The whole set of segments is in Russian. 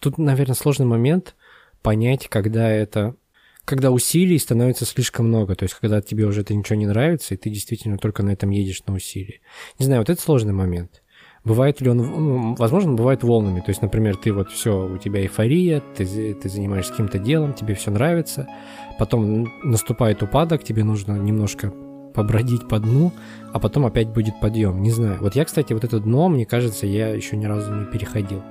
Тут, наверное, сложный момент понять, когда усилий становится слишком много, то есть когда тебе уже это ничего не нравится, и ты действительно только на этом едешь на усилии. Не знаю, вот это сложный момент. Бывает ли он, возможно, бывает волнами, то есть, например, ты вот все, у тебя эйфория, ты занимаешься каким-то делом, тебе все нравится, потом наступает упадок, тебе нужно немножко побродить по дну, а потом опять будет подъем. Не знаю. Вот я, кстати, вот это дно, мне кажется, я еще ни разу не переходил.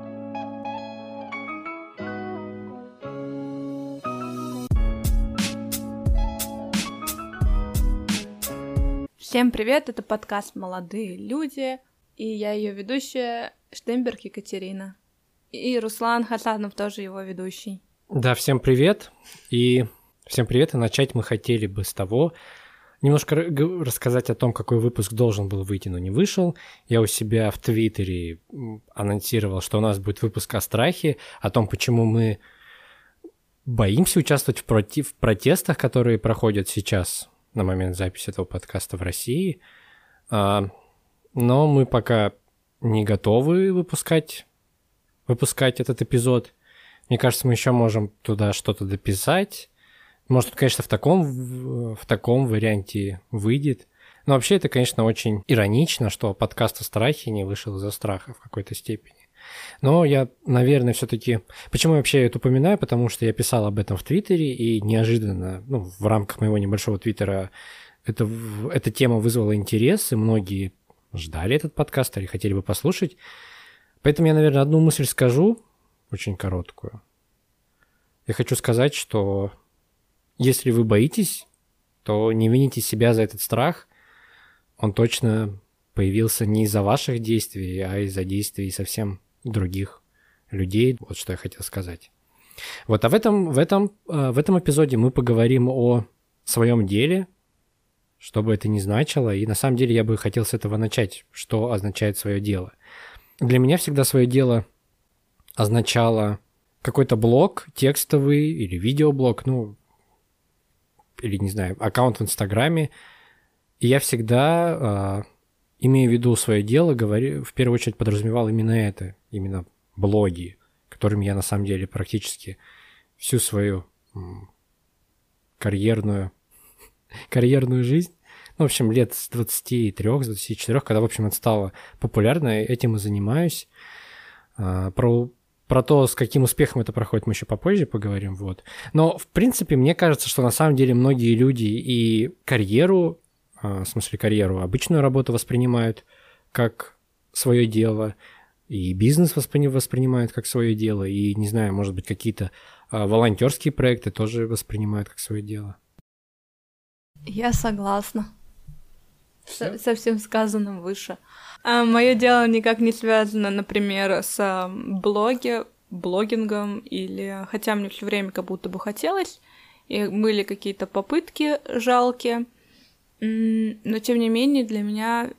Всем привет, это подкаст «Молодые люди», и я ее ведущая Штемберг Екатерина. И Руслан Хасанов тоже его ведущий. Да, всем привет, и начать мы хотели бы с того, немножко рассказать о том, какой выпуск должен был выйти, но не вышел. Я у себя в Твиттере анонсировал, что у нас будет выпуск о страхе, о том, почему мы боимся участвовать в протестах, которые проходят сейчас на момент записи этого подкаста в России. Но мы пока не готовы выпускать этот эпизод. Мне кажется, мы еще можем туда что-то дописать. Может, конечно, в таком варианте выйдет. Но вообще это, конечно, очень иронично, что подкаст о страхе не вышел из-за страха в какой-то степени. Но я, наверное, все-таки... Почему я вообще это упоминаю? Потому что я писал об этом в Твиттере, и неожиданно, в рамках моего небольшого Твиттера эта тема вызвала интерес, и многие ждали этот подкаст или хотели бы послушать. Поэтому я, наверное, одну мысль скажу, очень короткую. Я хочу сказать, что если вы боитесь, то не вините себя за этот страх. Он точно появился не из-за ваших действий, а из-за действий совсем других людей. Вот что я хотел сказать. Вот, а в этом эпизоде мы поговорим о своем деле, что бы это ни значило. И на самом деле я бы хотел с этого начать, что означает свое дело. Для меня всегда свое дело означало какой-то блог текстовый или видеоблог, или, не знаю, аккаунт в Инстаграме. И я всегда, имея в виду свое дело, в первую очередь подразумевал именно это, именно блоги, которыми я на самом деле практически всю свою карьерную жизнь, в общем, лет с 23, с 24, когда, в общем, это стало популярно, этим и занимаюсь. Про то, с каким успехом это проходит, мы еще попозже поговорим, вот. Но, в принципе, мне кажется, что на самом деле многие люди и карьеру, обычную работу воспринимают как свое дело, и бизнес воспринимают как свое дело, и, не знаю, может быть, какие-то волонтерские проекты тоже воспринимают как свое дело. Я согласна со всем сказанным выше. Мое дело никак не связано, например, с блогингом, или хотя мне все время как будто бы хотелось, и были какие-то попытки жалкие, но тем не менее для меня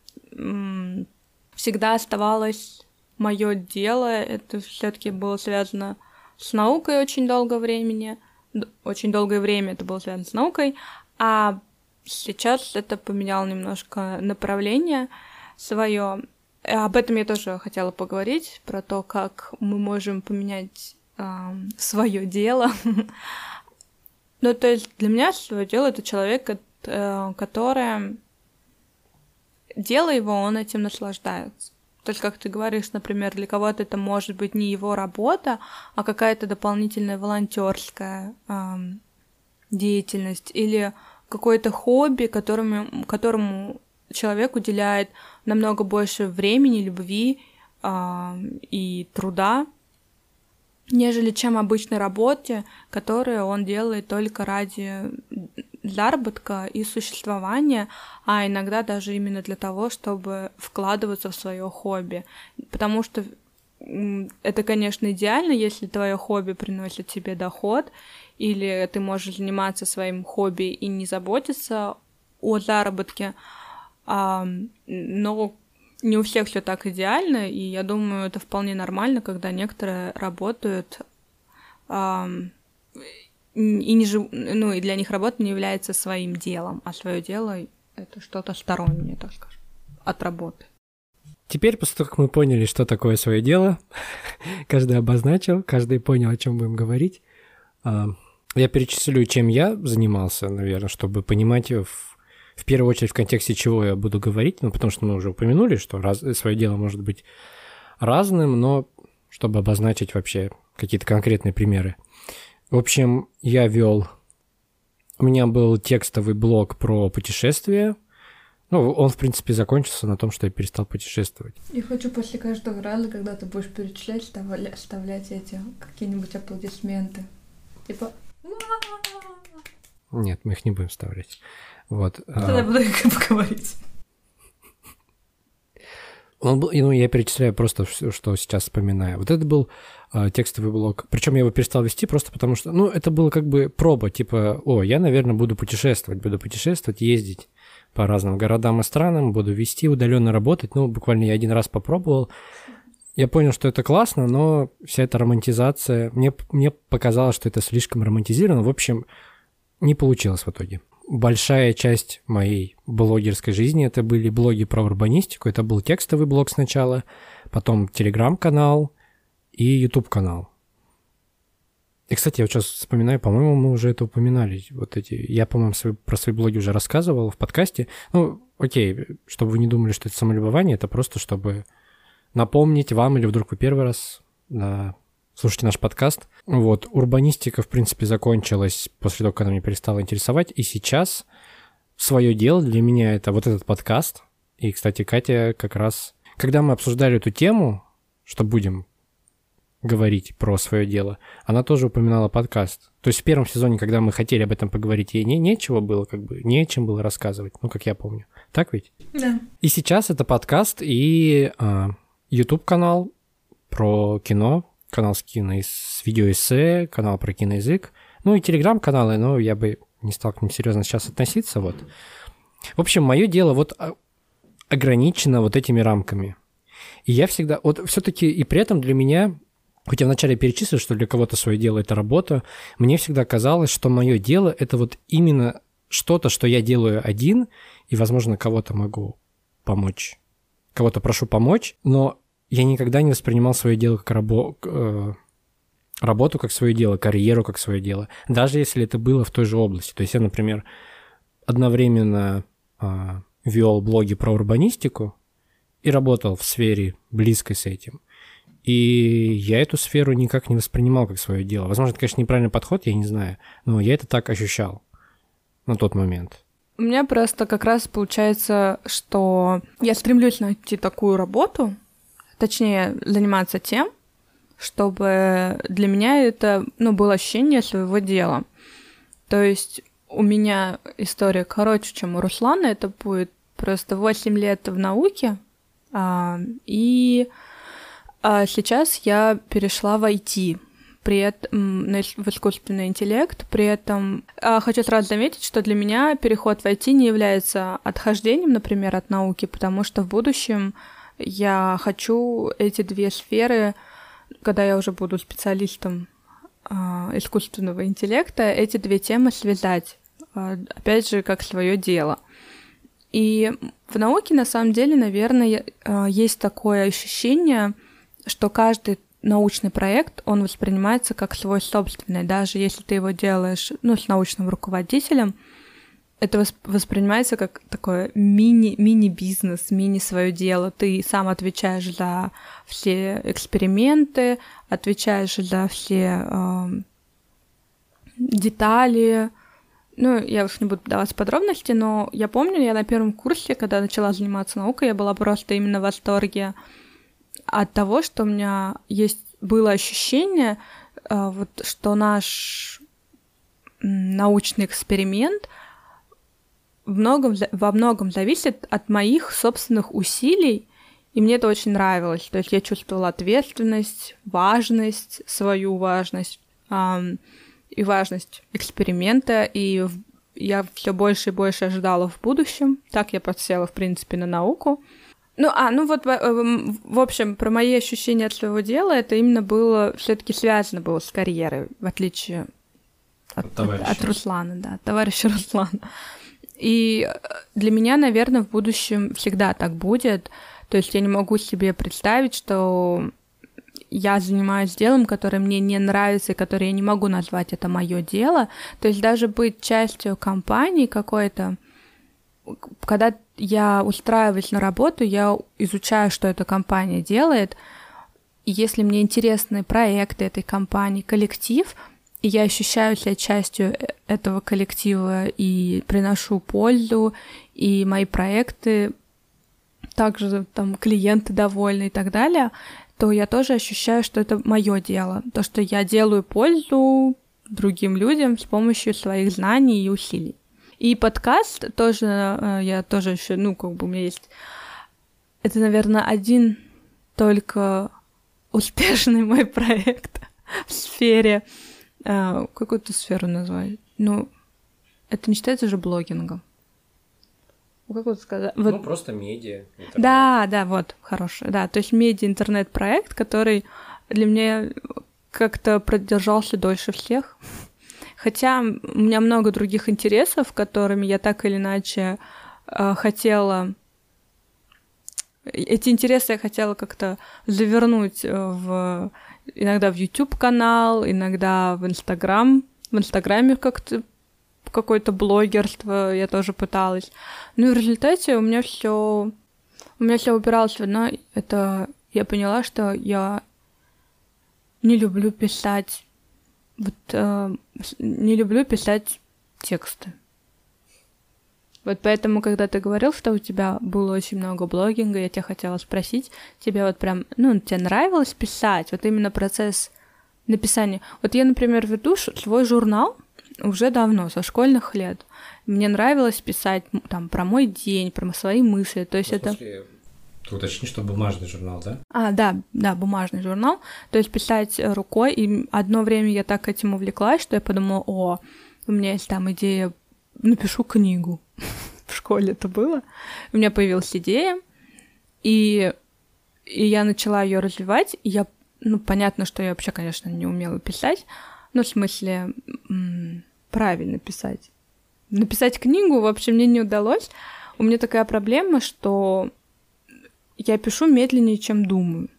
всегда оставалось мое дело. Это все-таки было связано с наукой очень долгое время это было связано с наукой, а сейчас это поменяло немножко направление свое. Об этом я тоже хотела поговорить, про то, как мы можем поменять свое дело. Ну, то есть для меня свое дело — это человек, который, дело его, он этим наслаждается. То есть, как ты говоришь, например, для кого-то это может быть не его работа, а какая-то дополнительная волонтерская деятельность или какое-то хобби, которому человек уделяет намного больше времени, любви и труда, нежели чем обычной работе, которую он делает только ради заработка и существования, а иногда даже именно для того, чтобы вкладываться в свое хобби. Потому что это, конечно, идеально, если твое хобби приносит тебе доход, или ты можешь заниматься своим хобби и не заботиться о заработке, но не у всех все так идеально, и я думаю, это вполне нормально, когда некоторые работают и для них работа не является своим делом, а свое дело — это что-то стороннее, так скажем, от работы. теперь, после того, как мы поняли, что такое свое дело, каждый обозначил, каждый понял, о чем будем говорить, я перечислю, чем я занимался, наверное, чтобы понимать в первую очередь в контексте чего я буду говорить, ну, потому что мы уже упомянули, что свое дело может быть разным, но чтобы обозначить вообще какие-то конкретные примеры. В общем, у меня был текстовый блог про путешествия. Ну, он, в принципе, закончился на том, что я перестал путешествовать. Я хочу после каждого раза, когда ты будешь перечислять, вставлять эти какие-нибудь аплодисменты. Типа... Нет, мы их не будем вставлять. Вот. Тогда буду их говорить. Я перечисляю просто все, что сейчас вспоминаю. Вот это был текстовый блог. Причем я его перестал вести просто потому, что... Ну, это было как бы проба, типа, я, наверное, буду путешествовать, ездить по разным городам и странам, буду вести, удаленно работать. Ну, буквально я один раз попробовал. Я понял, что это классно, но вся эта романтизация... Мне показалось, что это слишком романтизировано. В общем, не получилось в итоге. Большая часть моей блогерской жизни это были блоги про урбанистику. Это был текстовый блог сначала, потом телеграм-канал и YouTube-канал. И, кстати, я вот сейчас вспоминаю, по-моему, мы уже это упоминали. Я, по-моему, про свои блоги уже рассказывал в подкасте. Ну, окей, чтобы вы не думали, что это самолюбование, это просто чтобы напомнить вам, или вдруг вы первый раз слушайте наш подкаст. Вот, урбанистика, в принципе, закончилась после того, как она меня перестала интересовать, и сейчас свое дело для меня это вот этот подкаст. И, кстати, Катя как раз... Когда мы обсуждали эту тему, что будем говорить про свое дело, она тоже упоминала подкаст. То есть в первом сезоне, когда мы хотели об этом поговорить, ей нечего было, не о чем было рассказывать, ну, как я помню. Так ведь? Да. И сейчас это подкаст и YouTube-канал про кино, канал с видеоэссе, канал про киноязык, ну и телеграм-каналы, но я бы не стал к ним серьезно сейчас относиться, вот. В общем, мое дело вот ограничено вот этими рамками. И я всегда, вот все-таки, и при этом для меня, хоть я вначале перечислил, что для кого-то свое дело – это работа, мне всегда казалось, что мое дело – это вот именно что-то, что я делаю один, и, возможно, кого-то могу помочь, кого-то прошу помочь, но я никогда не воспринимал свое дело как работу как свое дело, карьеру как свое дело, даже если это было в той же области. То есть я, например, одновременно вел блоги про урбанистику и работал в сфере близкой с этим. И я эту сферу никак не воспринимал как свое дело. Возможно, это, конечно, неправильный подход, я не знаю, но я это так ощущал на тот момент. У меня просто как раз получается, что я стремлюсь найти такую работу, точнее, заниматься тем, чтобы для меня это, было ощущение своего дела. То есть у меня история короче, чем у Руслана. Это будет просто 8 лет в науке, и сейчас я перешла в IT, в искусственный интеллект. При этом хочу сразу заметить, что для меня переход в IT не является отхождением, например, от науки, потому что в будущем я хочу эти две сферы, когда я уже буду специалистом искусственного интеллекта, эти две темы связать, опять же, как свое дело. И в науке, на самом деле, наверное, есть такое ощущение, что каждый научный проект, он воспринимается как свой собственный, даже если ты его делаешь, с научным руководителем, это воспринимается как такой мини-бизнес, мини-свое дело. Ты сам отвечаешь за все эксперименты, отвечаешь за все детали. Я уж не буду давать подробности, но я помню, я на первом курсе, когда начала заниматься наукой, я была просто именно в восторге от того, что у меня было ощущение, что наш научный эксперимент во многом зависит от моих собственных усилий, и мне это очень нравилось. То есть я чувствовала ответственность, свою важность и важность эксперимента, и я все больше и больше ожидала в будущем. Так я подсела, в принципе, на науку. В общем, про мои ощущения от своего дела, это именно было все-таки связано было с карьерой, в отличие от Руслана, да, от товарища Руслана. И для меня, наверное, в будущем всегда так будет. То есть я не могу себе представить, что я занимаюсь делом, которое мне не нравится, и которое я не могу назвать это мое дело. То есть даже быть частью компании какой-то, когда я устраиваюсь на работу, я изучаю, что эта компания делает. И если мне интересны проекты этой компании, коллектив, и я ощущаю себя частью этого коллектива и приношу пользу, и мои проекты, также там клиенты довольны и так далее, то я тоже ощущаю, что это мое дело, то, что я делаю пользу другим людям с помощью своих знаний и усилий. И подкаст тоже, я тоже еще, у меня есть... Это, наверное, один только успешный мой проект в сфере... Какую-то сферу назвать? Это не считается же блогингом. Как вот сказать? Просто медиа. Интернет. Да, вот, хороший. Да, то есть медиа-интернет-проект, который для меня как-то продержался дольше всех. Хотя у меня много других интересов, которыми я так или иначе хотела... Эти интересы я хотела как-то завернуть иногда в YouTube-канал, иногда в Instagram. В Инстаграме как-то какое-то блогерство я тоже пыталась. И в результате у меня все упиралось в одно. Это я поняла, что я не люблю писать не люблю писать тексты. Вот поэтому, когда ты говорил, что у тебя было очень много блогинга, я тебя хотела спросить, тебе вот прям, тебе нравилось писать, вот именно процесс написания. Вот я, например, веду свой журнал уже давно, со школьных лет. Мне нравилось писать там про мой день, про свои мысли, то есть это... Ты уточни, что бумажный журнал, да? Да, бумажный журнал, то есть писать рукой, и одно время я так этим увлеклась, что я подумала, у меня есть там идея, напишу книгу. В школе это было. У меня появилась идея, и я начала ее развивать. И я, понятно, что я вообще, конечно, не умела писать, в смысле, правильно писать. Написать книгу, в общем, мне не удалось. У меня такая проблема, что я пишу медленнее, чем думаю.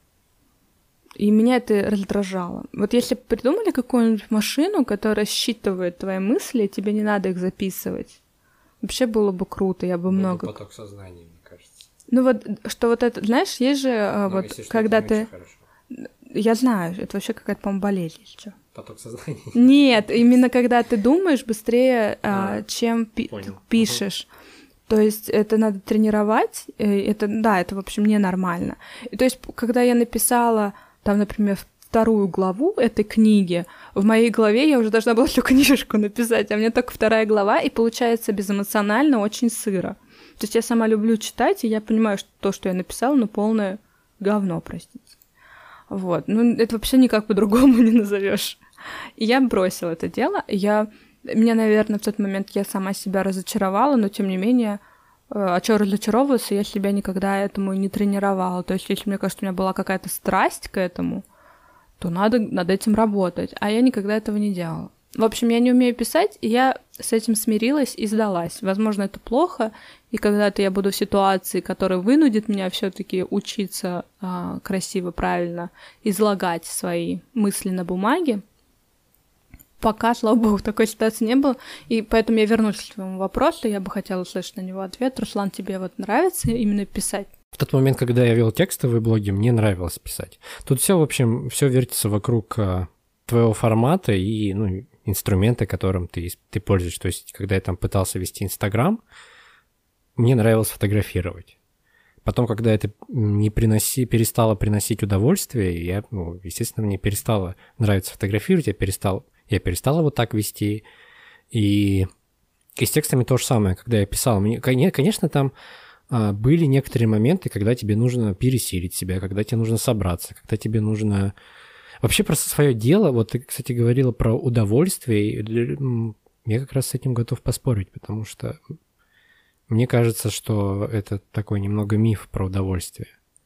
И меня это раздражало. Вот если бы придумали какую-нибудь машину, которая считывает твои мысли, тебе не надо их записывать, вообще было бы круто, я бы много... поток сознания, мне кажется. Что вот это... Знаешь, есть же когда ты... Я знаю, это вообще какая-то, по-моему, болезнь еще. Поток сознания? Нет, именно когда ты думаешь быстрее, чем пишешь. То есть это надо тренировать, это, в общем, ненормально. И то есть, когда я написала, там, например, вторую главу этой книги, в моей голове я уже должна была всю книжку написать, а мне только вторая глава, и получается безэмоционально очень сыро. То есть я сама люблю читать, и я понимаю, что то, что я написала, полное говно, простите. Вот, это вообще никак по-другому не назовешь. И я бросила это дело, меня, наверное, в тот момент я сама себя разочаровала, но тем не менее, а что разочаровываться, я себя никогда этому не тренировала. То есть, если, мне кажется, у меня была какая-то страсть к этому, то надо над этим работать. А я никогда этого не делала. В общем, я не умею писать, и я с этим смирилась и сдалась. Возможно, это плохо, и когда-то я буду в ситуации, которая вынудит меня все-таки учиться красиво, правильно излагать свои мысли на бумаге. Пока, слава богу, такой ситуации не было, и поэтому я вернусь к своему вопросу, я бы хотела услышать на него ответ. Руслан, тебе вот нравится именно писать? В тот момент, когда я вел текстовые блоги, мне нравилось писать. Тут все, в общем, все вертится вокруг твоего формата и инструмента, которым ты пользуешься. То есть, когда я там пытался вести Инстаграм, мне нравилось фотографировать. Потом, когда это перестало приносить удовольствие, естественно, мне перестало нравиться фотографировать, я перестал вот так вести. И с текстами то же самое, когда я писал. Конечно, там были некоторые моменты, когда тебе нужно пересилить себя, когда тебе нужно собраться, когда тебе нужно... Вообще просто свое дело, вот ты, кстати, говорила про удовольствие, я как раз с этим готов поспорить, потому что мне кажется, что это такой немного миф про удовольствие.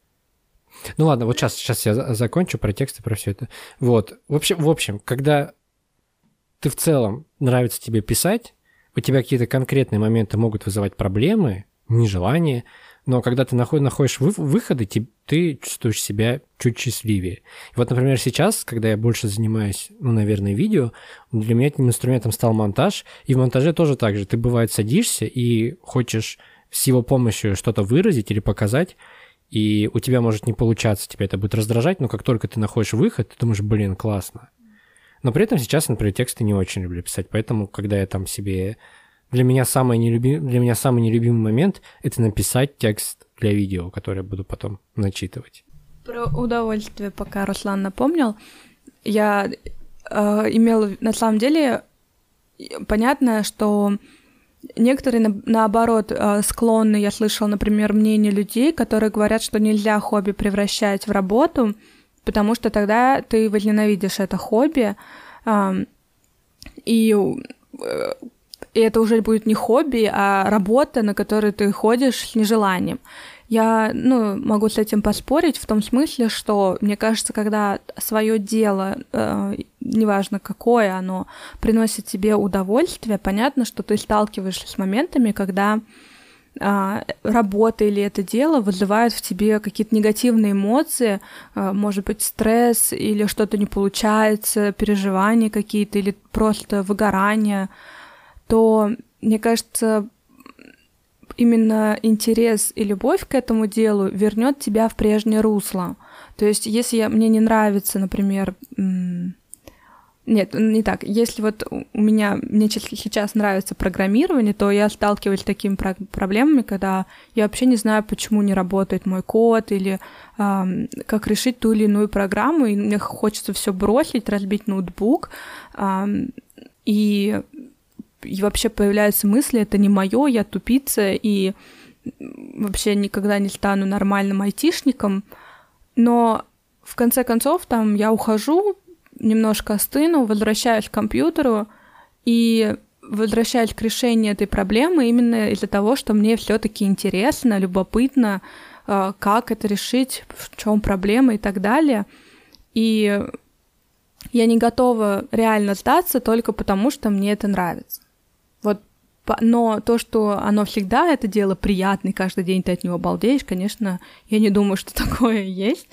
Ну ладно, вот сейчас я закончу про тексты, про все это. Вот, в общем, когда ты в целом нравится тебе писать, у тебя какие-то конкретные моменты могут вызывать проблемы, нежелание, Но когда ты находишь выходы, ты чувствуешь себя чуть счастливее. И вот, например, сейчас, когда я больше занимаюсь, наверное, видео, для меня этим инструментом стал монтаж. И в монтаже тоже так же. Ты, бывает, садишься и хочешь с его помощью что-то выразить или показать, и у тебя может не получаться, тебя это будет раздражать, но как только ты находишь выход, ты думаешь, блин, классно. Но при этом сейчас, например, тексты не очень люблю писать, поэтому, когда я там себе... Для меня самый нелюбимый момент — это написать текст для видео, который я буду потом начитывать. Про удовольствие, пока Руслан напомнил, я имела... На самом деле, понятно, что некоторые, наоборот, склонны, я слышала, например, мнение людей, которые говорят, что нельзя хобби превращать в работу, потому что тогда ты возненавидишь это хобби, и это уже будет не хобби, а работа, на которую ты ходишь с нежеланием. Я, могу с этим поспорить в том смысле, что, мне кажется, когда свое дело, неважно какое оно, приносит тебе удовольствие, понятно, что ты сталкиваешься с моментами, когда работа или это дело вызывает в тебе какие-то негативные эмоции, может быть, стресс или что-то не получается, переживания какие-то или просто выгорание, то, мне кажется, именно интерес и любовь к этому делу вернет тебя в прежнее русло. То есть, если мне не нравится, например... Нет, не так. Если вот мне сейчас нравится программирование, то я сталкиваюсь с такими проблемами, когда я вообще не знаю, почему не работает мой код, или как решить ту или иную программу, и мне хочется все бросить, разбить ноутбук, и вообще появляются мысли, это не моё, я тупица, и вообще никогда не стану нормальным айтишником. Но в конце концов там я ухожу, немножко остыну, возвращаюсь к компьютеру и возвращаюсь к решению этой проблемы именно из-за того, что мне все-таки интересно, любопытно, как это решить, в чем проблема и так далее. И я не готова реально сдаться только потому, что мне это нравится. Вот, но то, что оно всегда, это дело приятное, каждый день ты от него балдеешь, конечно, я не думаю, что такое есть.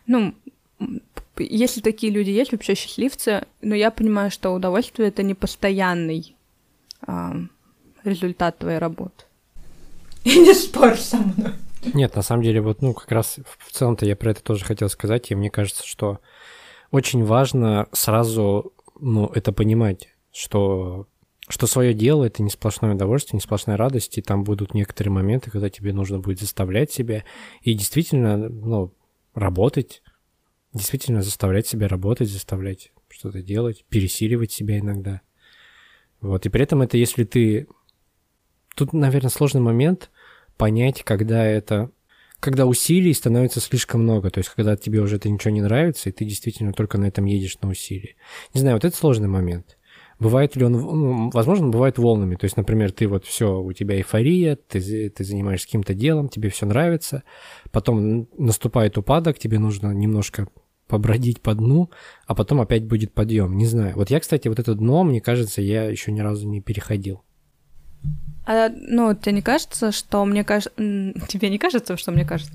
Если такие люди есть, вообще счастливцы, но я понимаю, что удовольствие — это не постоянный результат твоей работы. И не спорь со мной. Нет, на самом деле, как раз в целом-то я про это тоже хотел сказать, и мне кажется, что очень важно сразу, это понимать, что свое дело — это не сплошное удовольствие, не сплошная радость, и там будут некоторые моменты, когда тебе нужно будет заставлять себя и действительно, работать, действительно заставлять себя работать, заставлять что-то делать, пересиливать себя иногда. Вот, и при этом это если ты... Тут, наверное, сложный момент понять, когда усилий становится слишком много, то есть когда тебе уже это ничего не нравится, и ты действительно только на этом едешь на усилие. Не знаю, вот это сложный момент. Бывает ли он... возможно, бывает волнами. То есть, например, ты все, у тебя эйфория, ты занимаешься каким-то делом, тебе все нравится, потом наступает упадок, тебе нужно немножко побродить по дну, а потом опять будет подъем. Не знаю. Вот я, кстати, вот это дно, мне кажется, я еще ни разу не переходил. Тебе не кажется, что мне кажется... Тебе не кажется, что мне кажется?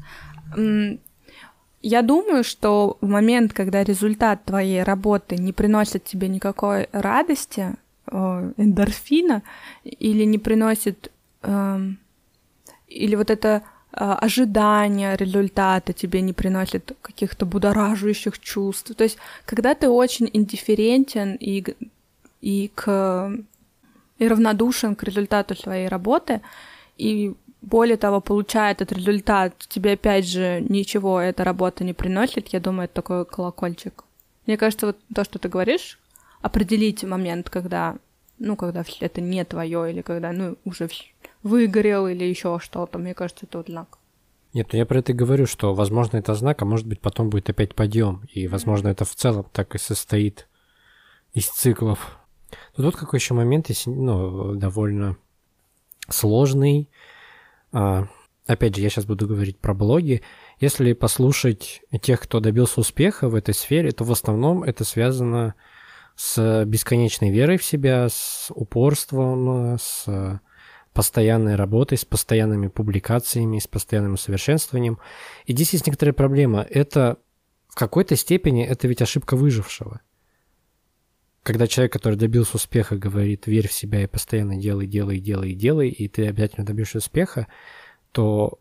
Я думаю, что в момент, когда результат твоей работы не приносит тебе никакой радости, эндорфина, или не приносит... Или вот это ожидание результата тебе не приносит каких-то будоражащих чувств. То есть, когда ты очень индифферентен и равнодушен к результату своей работы, и более того, получая этот результат, тебе опять же ничего эта работа не приносит, я думаю, это такой колокольчик. Мне кажется, вот то, что ты говоришь, определить момент, когда это не твое, или когда, уже выгорел, или еще что-то, мне кажется, это вот знак. Нет, я про это и говорю, что, возможно, это знак, а может быть, потом будет опять подъем, и, возможно, это в целом так и состоит из циклов. Тут вот какой еще момент, довольно сложный. Опять же, я сейчас буду говорить про блоги. Если послушать тех, кто добился успеха в этой сфере, то в основном это связано с бесконечной верой в себя, с упорством, с постоянной работой, с постоянными публикациями, с постоянным усовершенствованием. И здесь есть некоторая проблема. Это в какой-то степени это ведь ошибка выжившего. Когда человек, который добился успеха, говорит, верь в себя и постоянно делай, и ты обязательно добьешься успеха, то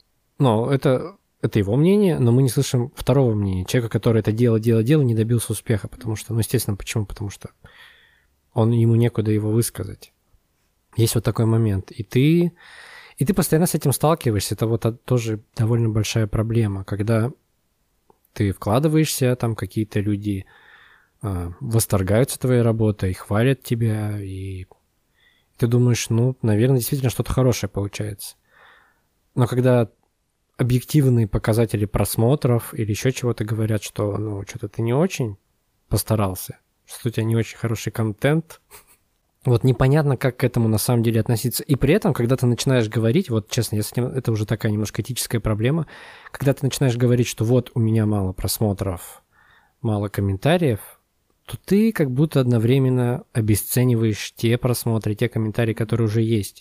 это его мнение, но мы не слышим второго мнения. Человека, который это делал, не добился успеха, потому что, естественно, почему? Потому что ему некуда его высказать. Есть вот такой момент. И ты постоянно с этим сталкиваешься. Это вот тоже довольно большая проблема, когда ты вкладываешься, там какие-то люди восторгаются твоей работой, хвалят тебя, и ты думаешь, наверное, действительно что-то хорошее получается. Но когда объективные показатели просмотров или еще чего-то говорят, что, что-то ты не очень постарался, что у тебя не очень хороший контент, вот непонятно, как к этому на самом деле относиться. И при этом, когда ты начинаешь говорить, вот честно, это уже такая немножко этическая проблема, когда ты начинаешь говорить, что вот у меня мало просмотров, мало комментариев, то ты как будто одновременно обесцениваешь те просмотры, те комментарии, которые уже есть.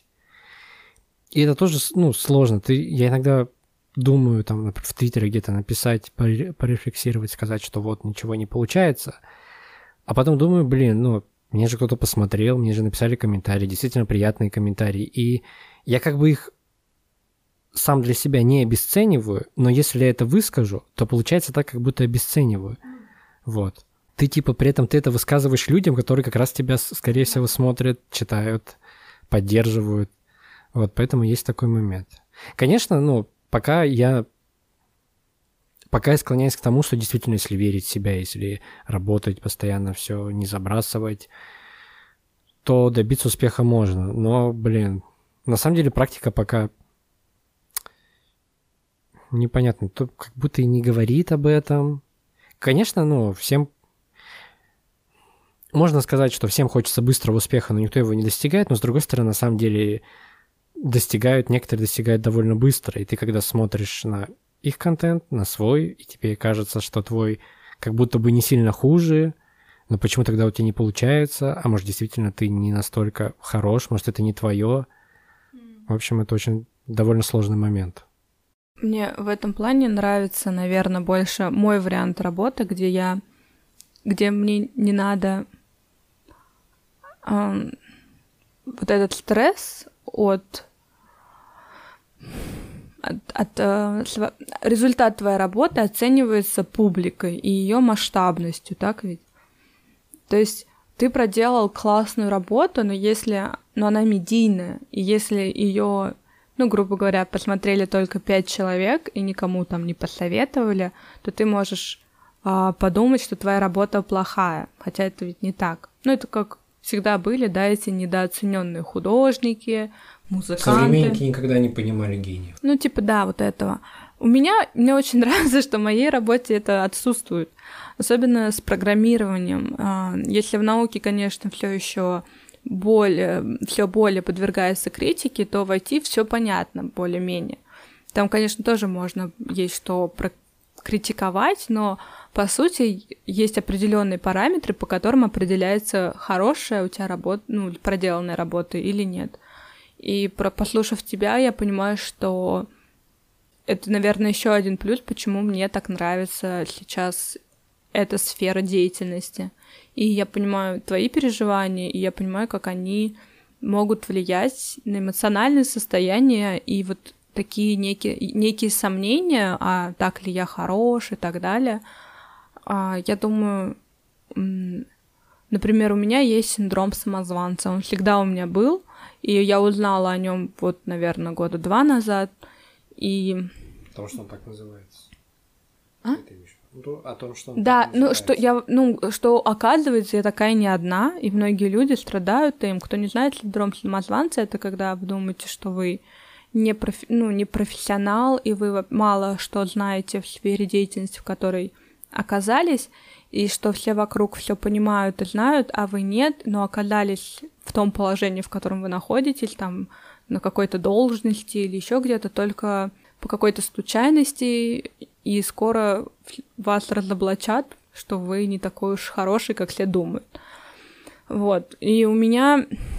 И это тоже, сложно. Я иногда думаю, там, в Твиттере где-то написать, порефлексировать, сказать, что вот ничего не получается. А потом думаю, мне же кто-то посмотрел, мне же написали комментарии, действительно приятные комментарии. И я как бы их сам для себя не обесцениваю, но если я это выскажу, то получается так, как будто обесцениваю. Вот. Ты при этом ты это высказываешь людям, которые как раз тебя, скорее всего, смотрят, читают, поддерживают. Вот, поэтому есть такой момент. Конечно, пока я склоняюсь к тому, что действительно, если верить в себя, если работать постоянно, все не забрасывать, то добиться успеха можно. Но, на самом деле практика пока непонятно. То как будто и не говорит об этом. Конечно, всем... Можно сказать, что всем хочется быстрого успеха, но никто его не достигает, но, с другой стороны, на самом деле некоторые достигают довольно быстро, и ты, когда смотришь на их контент, на свой, и тебе кажется, что твой как будто бы не сильно хуже, но почему тогда у тебя не получается, а может, действительно, ты не настолько хорош, может, это не твое. В общем, это очень довольно сложный момент. Мне в этом плане нравится, наверное, больше мой вариант работы, где мне не надо вот этот стресс результат твоей работы оценивается публикой и ее масштабностью, так ведь? То есть ты проделал классную работу, но она медийная, и если ее, грубо говоря, посмотрели только 5 человек и никому там не посоветовали, то ты можешь подумать, что твоя работа плохая, хотя это ведь не так. Это как всегда были, эти недооцененные художники, музыканты. Современники никогда не понимали гениев. Вот этого. Мне очень нравится, что в моей работе это отсутствует, особенно с программированием. Если в науке, конечно, все более подвергается критике, то в IT все понятно более-менее. Там, конечно, тоже есть что критиковать, но по сути есть определенные параметры, по которым определяется, хорошая у тебя работа, проделанная работа или нет. И послушав тебя, я понимаю, что это, наверное, еще один плюс, почему мне так нравится сейчас эта сфера деятельности. И я понимаю твои переживания, и я понимаю, как они могут влиять на эмоциональное состояние и вот такие некие сомнения, а так ли я хорош и так далее. Я думаю, например, у меня есть синдром самозванца, он всегда у меня был, и я узнала о нем наверное, 2 года назад, и... Потому что он так называется. О том, что он да, так называется. что оказывается, я такая не одна, и многие люди страдают им. Кто не знает, синдром самозванца, это когда вы думаете, что вы не профессионал, и вы мало что знаете в сфере деятельности, в которой оказались, и что все вокруг все понимают и знают, а вы нет, но оказались в том положении, в котором вы находитесь, там, на какой-то должности или еще где-то, только по какой-то случайности, и скоро вас разоблачат, что вы не такой уж хороший, как все думают. Вот. И у меня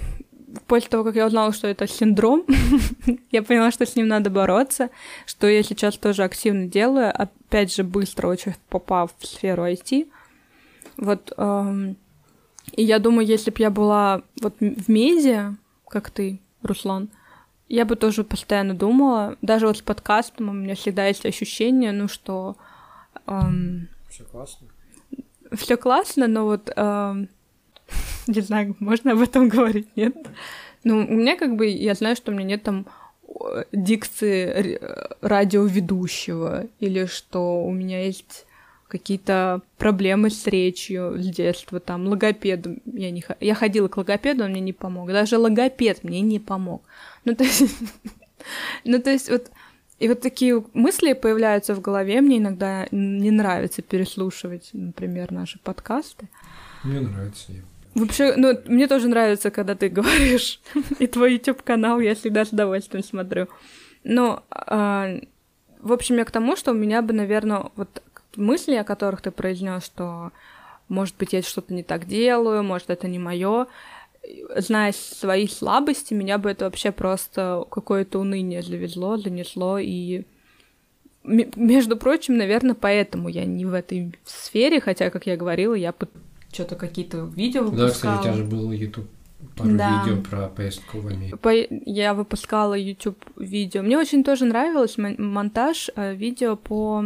после того, как я узнала, что это синдром, я поняла, что с ним надо бороться, что я сейчас тоже активно делаю, опять же, быстро очень попав в сферу IT. Вот, и я думаю, если бы я была вот в медиа, как ты, Руслан, я бы тоже постоянно думала, даже вот с подкастом у меня всегда есть ощущение, ну, что... Все классно. Все классно, но вот... не знаю, можно об этом говорить, нет? Ну, у меня как бы... Я знаю, что у меня нет там дикции радиоведущего, или что у меня есть какие-то проблемы с речью с детства, там, логопеду. Я ходила к логопеду, он мне не помог. Даже логопед мне не помог. Ну, то есть вот... И вот такие мысли появляются в голове. Мне иногда не нравится переслушивать, например, наши подкасты. Мне нравится. Вообще, ну, мне тоже нравится, когда ты говоришь. И твой YouTube-канал я всегда с удовольствием смотрю. Но, в общем, я к тому, что у меня бы, наверное, вот мысли, о которых ты произнес, что, может быть, я что-то не так делаю, может, это не мое. Зная свои слабости, меня бы это вообще просто какое-то уныние занесло, и, между прочим, наверное, поэтому я не в этой сфере, хотя, как я говорила, я что-то какие-то видео выпускала. Да, кстати, у тебя же был YouTube, пару видео про поездку в Америку. Я выпускала YouTube-видео. Мне очень тоже нравилось монтаж видео по...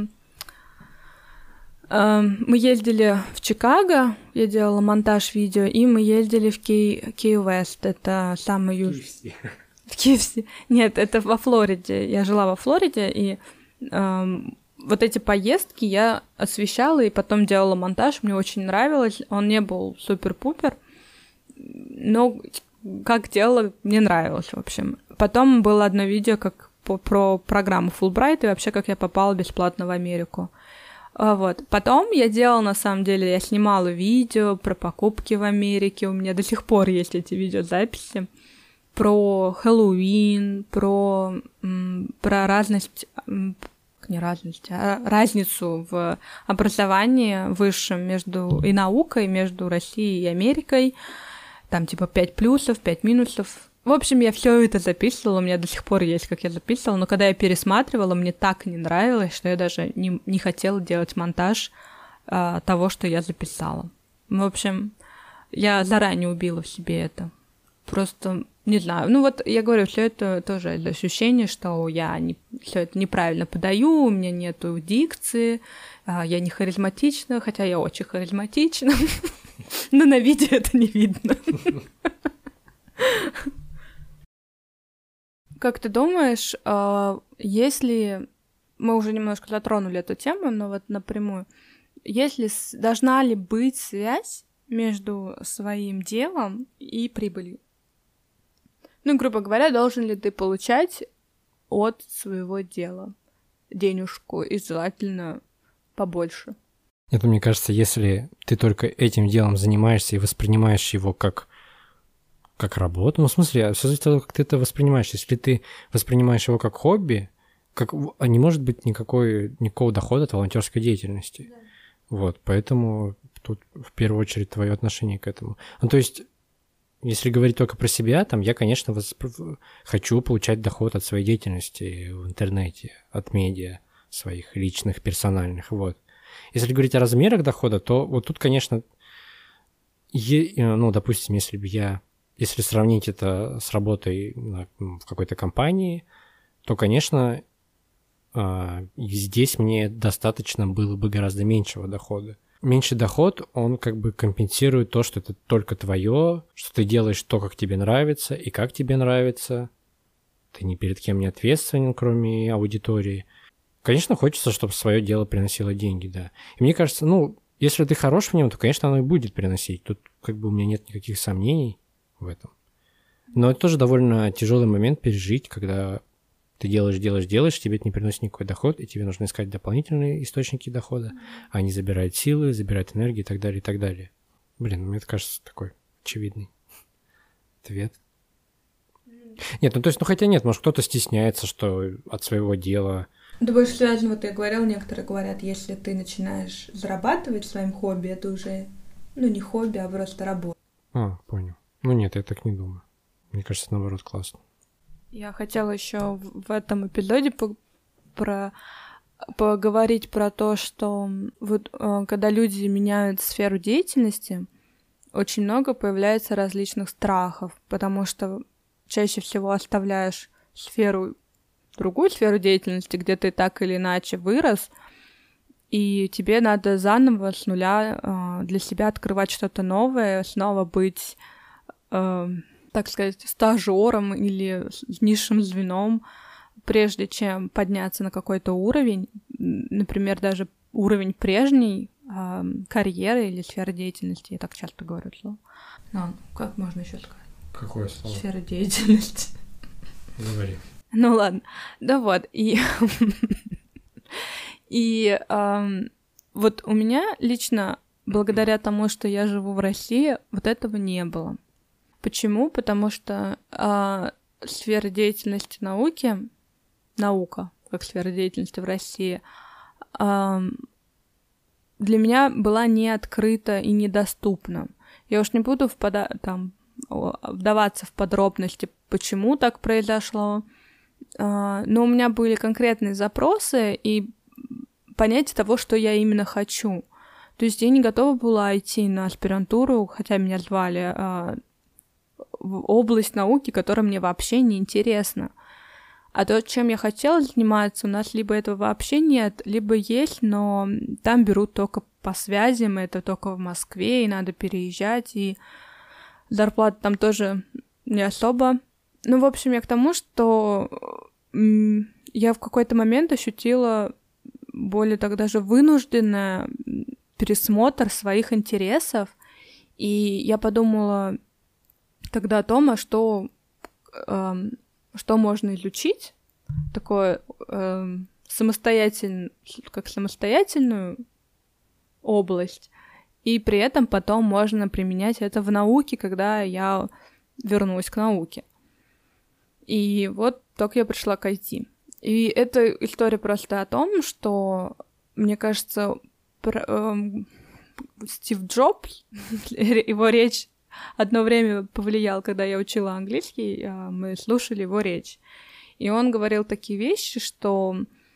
Мы ездили в Чикаго, я делала монтаж видео, и мы ездили в Кей-Уэст, это самый южный... В KFC. Нет, это во Флориде. Я жила во Флориде, и вот эти поездки я освещала и потом делала монтаж, мне очень нравилось. Он не был супер-пупер, но как делала, мне нравилось, в общем. Потом было одно видео про программу Фулбрайт и вообще, как я попала бесплатно в Америку. Вот. Потом я делала, на самом деле, я снимала видео про покупки в Америке, у меня до сих пор есть эти видеозаписи, про Хэллоуин, про разницу в образовании высшем и наукой, между Россией и Америкой, там типа 5 плюсов, 5 минусов. В общем, я все это записывала, у меня до сих пор есть, как я записывала, но когда я пересматривала, мне так не нравилось, что я даже не хотела делать монтаж того, что я записала. В общем, я заранее убила в себе это. Просто, не знаю, ну вот я говорю, все это тоже ощущение, что я все это неправильно подаю, у меня нету дикции, я не харизматична, хотя я очень харизматична, но на видео это не видно. Как ты думаешь, если... Мы уже немножко затронули эту тему, но вот напрямую. Должна ли быть связь между своим делом и прибылью? Ну, грубо говоря, должен ли ты получать от своего дела денежку, и желательно побольше? Это, мне кажется, если ты только этим делом занимаешься и воспринимаешь его как работу, ну, в смысле, все зависит от того, как ты это воспринимаешь. Если ты воспринимаешь его как хобби, не может быть никакого дохода от волонтерской деятельности. Да. Вот, поэтому тут в первую очередь твое отношение к этому. Ну, то есть, если говорить только про себя, там я, конечно, хочу получать доход от своей деятельности в интернете, от медиа своих личных, персональных, вот. Если говорить о размерах дохода, то вот тут, конечно, ну, допустим, если сравнить это с работой в какой-то компании, то, конечно, здесь мне достаточно было бы гораздо меньшего дохода. Меньший доход, он как бы компенсирует то, что это только твое, что ты делаешь то, как тебе нравится и как тебе нравится. Ты ни перед кем не ответственен, кроме аудитории. Конечно, хочется, чтобы свое дело приносило деньги, да. И мне кажется, ну, если ты хорош в нем, то, конечно, оно и будет приносить. Тут как бы у меня нет никаких сомнений в этом. Но это тоже довольно тяжелый момент пережить, когда ты делаешь, тебе это не приносит никакой доход, и тебе нужно искать дополнительные источники дохода. Они забирают силы, забирают энергию и так далее, и так далее. Блин, мне это кажется такой очевидный ответ. Нет, ну то есть, хотя нет, может кто-то стесняется, что от своего дела... Да больше связано, вот я говорила, некоторые говорят, если ты начинаешь зарабатывать своим хобби, это уже, ну, не хобби, а просто работа. Понял. Ну нет, я так не думаю. Мне кажется, наоборот, классно. Я хотела еще в этом эпизоде поговорить про то, что вот когда люди меняют сферу деятельности, очень много появляется различных страхов, потому что чаще всего оставляешь другую сферу деятельности, где ты так или иначе вырос, и тебе надо заново с нуля для себя открывать что-то новое, снова быть, так сказать, стажером или низшим звеном, прежде чем подняться на какой-то уровень, например, даже уровень прежней карьеры или сферы деятельности. Я так часто говорю слово. Но как можно еще сказать? Какое слово? Сфера деятельности. Говори. Ну ладно. Да вот. Вот у меня лично, благодаря тому, что я живу в России, вот этого не было. Почему? Потому что сфера деятельности наука, как сфера деятельности в России, для меня была не открыта и недоступна. Я уж не буду вдаваться в подробности, почему так произошло, но у меня были конкретные запросы и понятие того, что я именно хочу. То есть я не готова была идти на аспирантуру, хотя меня звали в область науки, которая мне вообще не интересна. А то, чем я хотела заниматься, у нас либо этого вообще нет, либо есть, но там берут только по связям, это только в Москве, и надо переезжать, и зарплата там тоже не особо. Ну, в общем, я к тому, что я в какой-то момент ощутила более так даже вынужденный пересмотр своих интересов, и я подумала тогда о том, что можно изучить, такое самостоятельную область, и при этом потом можно применять это в науке, когда я вернусь к науке. И вот так я пришла к IT. И эта история просто о том, что, мне кажется, Стив Джобс, его речь одно время повлиял, когда я учила английский, мы слушали его речь. И он говорил такие вещи, что,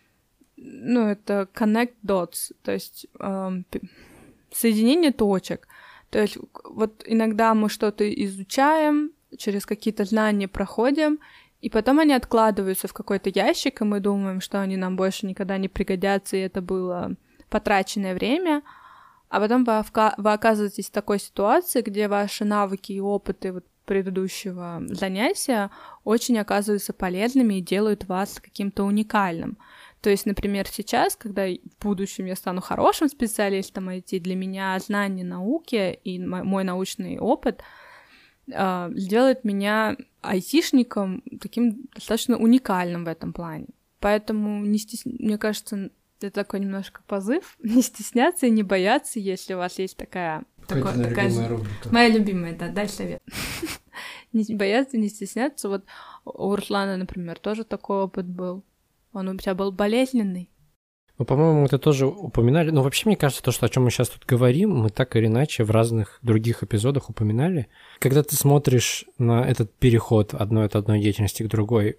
это connect dots, то есть соединение точек. То есть вот иногда мы что-то изучаем, через какие-то знания проходим, и потом они откладываются в какой-то ящик, и мы думаем, что они нам больше никогда не пригодятся, и это было потраченное время. А потом вы оказываетесь в такой ситуации, где ваши навыки и опыты вот предыдущего занятия очень оказываются полезными и делают вас каким-то уникальным. То есть, например, сейчас, когда в будущем я стану хорошим специалистом IT, для меня знание науки и мой научный опыт сделает меня айтишником таким достаточно уникальным в этом плане. Поэтому, мне кажется, это такой немножко позыв, не стесняться и не бояться, если у вас есть такая любимая рубрика. Моя любимая, да, дай совет. Не бояться, не стесняться. Вот у Руслана, например, тоже такой опыт был. Он у тебя был болезненный. Ну, по-моему, это тоже упоминали. Ну, вообще, мне кажется, то, что о чем мы сейчас тут говорим, мы так или иначе в разных других эпизодах упоминали. Когда ты смотришь на этот переход от одной деятельности к другой,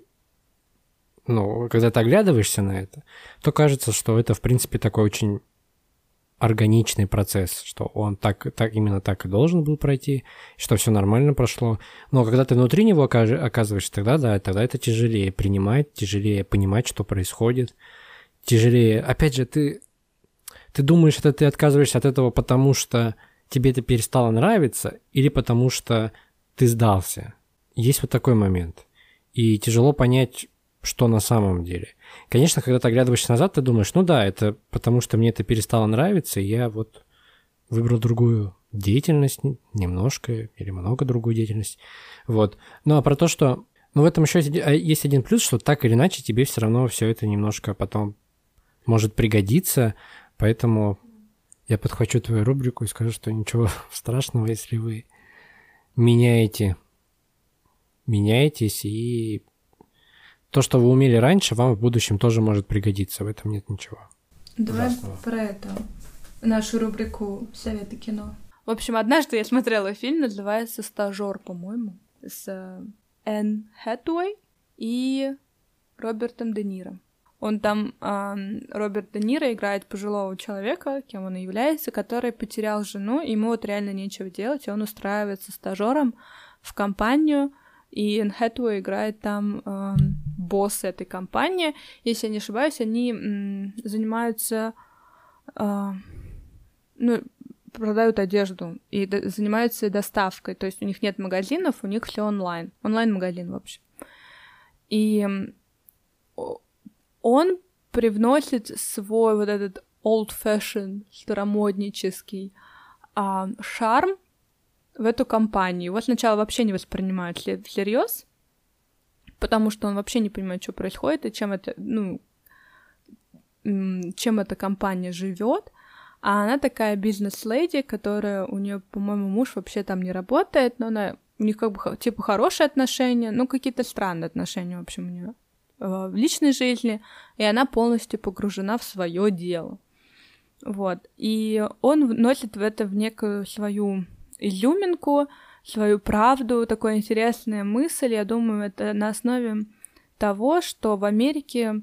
когда ты оглядываешься на это, то кажется, что это, в принципе, такой очень органичный процесс, что он именно так и должен был пройти, что все нормально прошло. Но когда ты внутри него оказываешься, тогда это тяжелее принимать, тяжелее понимать, что происходит, тяжелее. Опять же, ты думаешь, это ты отказываешься от этого, потому что тебе это перестало нравиться, или потому что ты сдался. Есть вот такой момент. И тяжело понять, что на самом деле. Конечно, когда ты оглядываешься назад, ты думаешь, это потому что мне это перестало нравиться, и я вот выбрал другую деятельность, немножко или много другую деятельность. Вот. Ну, а про то, что... в этом еще есть один плюс, что так или иначе тебе все равно все это немножко потом может пригодиться, поэтому я подхвачу твою рубрику и скажу, что ничего страшного, если вы меняетесь, и то, что вы умели раньше, вам в будущем тоже может пригодиться. В этом нет ничего. Давай про это. Нашу рубрику «Советы кино». В общем, однажды я смотрела фильм, называется «Стажёр», по-моему, с Энн Хэтэуэй и Робертом Де Ниро. Он там, Роберт Де Ниро играет пожилого человека, кем он и является, который потерял жену, и ему вот реально нечего делать, и он устраивается стажером в компанию, и Энн Хэтэуэй играет там босса этой компании. Если я не ошибаюсь, они занимаются, продают одежду и занимаются доставкой, то есть у них нет магазинов, у них все онлайн-магазин, в общем. И он привносит свой вот этот old-fashioned, старомоднический шарм в эту компанию. Его сначала вообще не воспринимают всерьез, потому что он вообще не понимает, что происходит и чем эта компания живет. А она такая бизнес-леди, которая у нее, по-моему, муж вообще там не работает, но у них как бы типа хорошие отношения, какие-то странные отношения, в общем, у нее в личной жизни, и она полностью погружена в свое дело. Вот. И он вносит в некую свою изюминку, свою правду, такая интересная мысль. Я думаю, это на основе того, что в Америке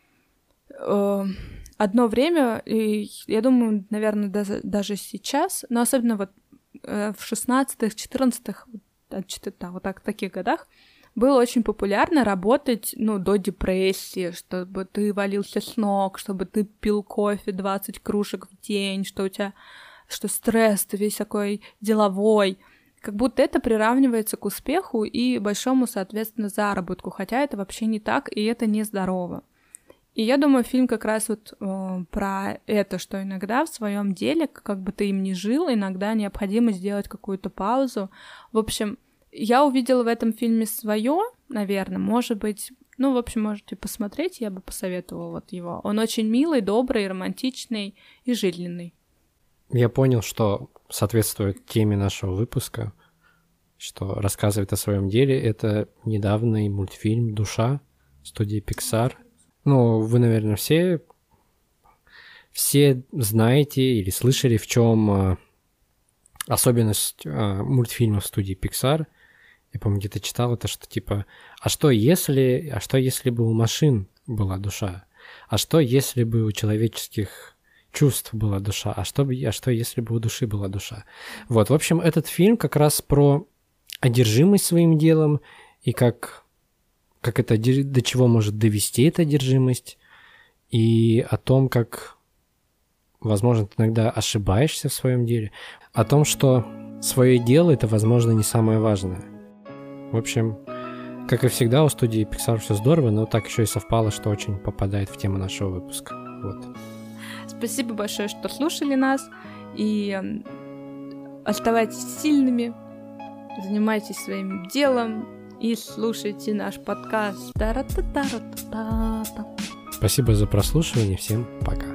одно время, и я думаю, наверное, даже сейчас, но особенно вот в 16-х, 14-х, в таких годах, было очень популярно работать, до депрессии, чтобы ты валился с ног, чтобы ты пил кофе 20 кружек в день, что стресс, ты весь такой деловой. Как будто это приравнивается к успеху и большому, соответственно, заработку, хотя это вообще не так, и это нездорово. И я думаю, фильм как раз про это, что иногда в своем деле, как бы ты им ни жил, иногда необходимо сделать какую-то паузу. В общем, я увидела в этом фильме свое, наверное, может быть, в общем, можете посмотреть, я бы посоветовала его. Он очень милый, добрый, романтичный и жизненный. Я понял, что соответствует теме нашего выпуска, что рассказывает о своем деле. Это недавний мультфильм «Душа» студии Pixar. Вы, наверное, все знаете или слышали, в чем особенность мультфильмов студии Pixar. Я, помню, где-то читал это, что типа, а что если бы у машин была душа? А что если бы у человеческих чувств была душа? А что если бы у души была душа? Вот, в общем, этот фильм как раз про одержимость своим делом и как это, до чего может довести эта одержимость, и о том, как, возможно, ты иногда ошибаешься в своем деле, о том, что свое дело — это, возможно, не самое важное. В общем, как и всегда, у студии Pixar все здорово, но так еще и совпало, что очень попадает в тему нашего выпуска. Вот. Спасибо большое, что слушали нас, и оставайтесь сильными, занимайтесь своим делом и слушайте наш подкаст. Спасибо за прослушивание, всем пока.